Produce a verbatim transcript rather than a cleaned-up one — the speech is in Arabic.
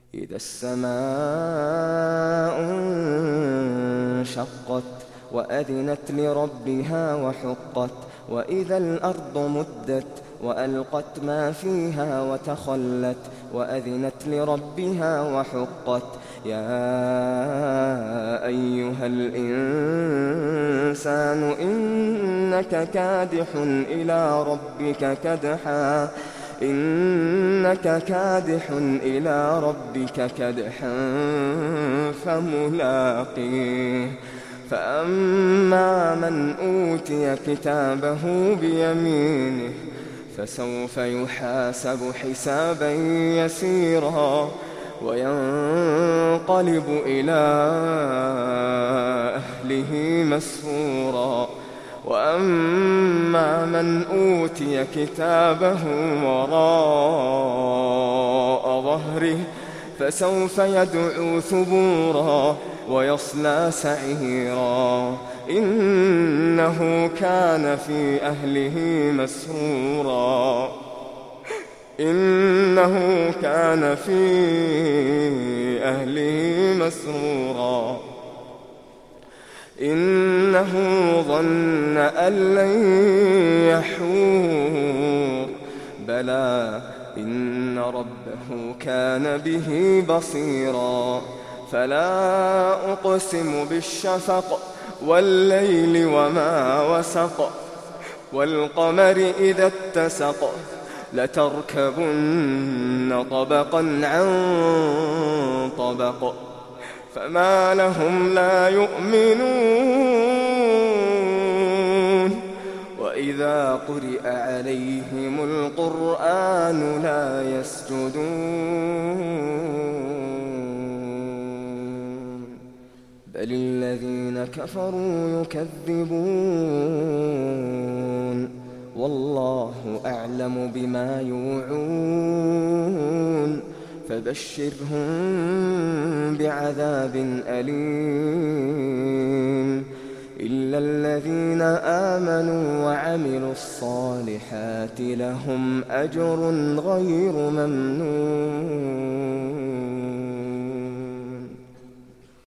إذا السماء انشقت وأذنت لربها وحقت وإذا الأرض مدت وألقت ما فيها وتخلت وأذنت لربها وحقت يا أيها الإنسان إنك كادح إلى ربك كدحا إنك كادح إلى ربك كدحا فملاقيه فأما من أوتي كتابه بيمينه فسوف يحاسب حسابا يسيرا وينقلب إلى أهله مسرورا وأما من أوتي كتابه وراء ظهره فسوف يدعو ثبورا ويصلى سعيرا إنه كان في أهله مسرورا إنه كان في أهله مسرورا إنه ظن أن لن يحور بلى إن ربه كان به بصيرا فلا أقسم بالشفق والليل وما وسق والقمر إذا اتسق لتركبن طبقا عن طبق فما لهم لا يؤمنون وإذا قرئ عليهم القرآن لا يسجدون بل الذين كفروا يكذبون والله أعلم بما يوعون فبشرهم بعذاب أليم إلا الذين آمنوا وعملوا الصالحات لهم أجر غير ممنون.